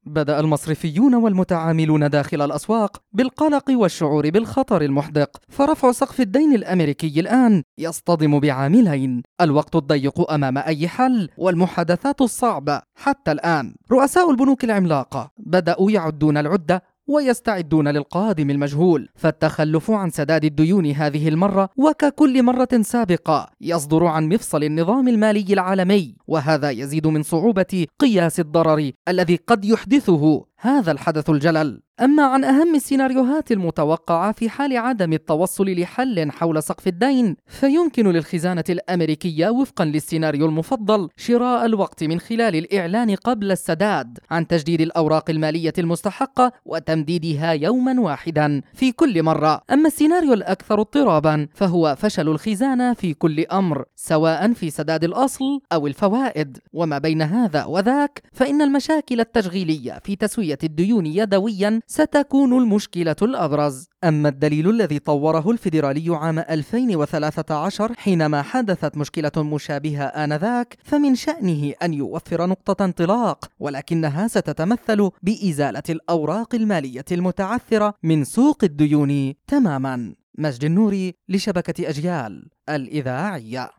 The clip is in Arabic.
بدأ المصرفيون والمتعاملون داخل الأسواق بالقلق والشعور بالخطر المحدق، فرفع سقف الدين الأمريكي الآن يصطدم بعاملين: الوقت الضيق أمام أي حل، والمحادثات الصعبة. حتى الآن رؤساء البنوك العملاقة بدأوا يعدون العدة ويستعدون للقادم المجهول، فالتخلف عن سداد الديون هذه المرة وككل مرة سابقة يصدر عن مفصل النظام المالي العالمي، وهذا يزيد من صعوبة قياس الضرر الذي قد يحدثه هذا الحدث الجلل. أما عن أهم السيناريوهات المتوقعة في حال عدم التوصل لحل حول سقف الدين، فيمكن للخزانة الأمريكية وفقا للسيناريو المفضل شراء الوقت من خلال الإعلان قبل السداد عن تجديد الأوراق المالية المستحقة وتمديدها يوما واحدا في كل مرة. أما السيناريو الأكثر اضطرابا فهو فشل الخزانة في كل أمر، سواء في سداد الأصل أو الفوائد، وما بين هذا وذاك فإن المشاكل التشغيلية في تسوية الديون يدويا ستكون المشكلة الأبرز. أما الدليل الذي طوره الفيدرالي عام 2013 حينما حدثت مشكلة مشابهة آنذاك، فمن شأنه أن يوفر نقطة انطلاق، ولكنها ستتمثل بإزالة الأوراق المالية المتعثرة من سوق الديون تماما. مجد النوري لشبكة أجيال الإذاعية.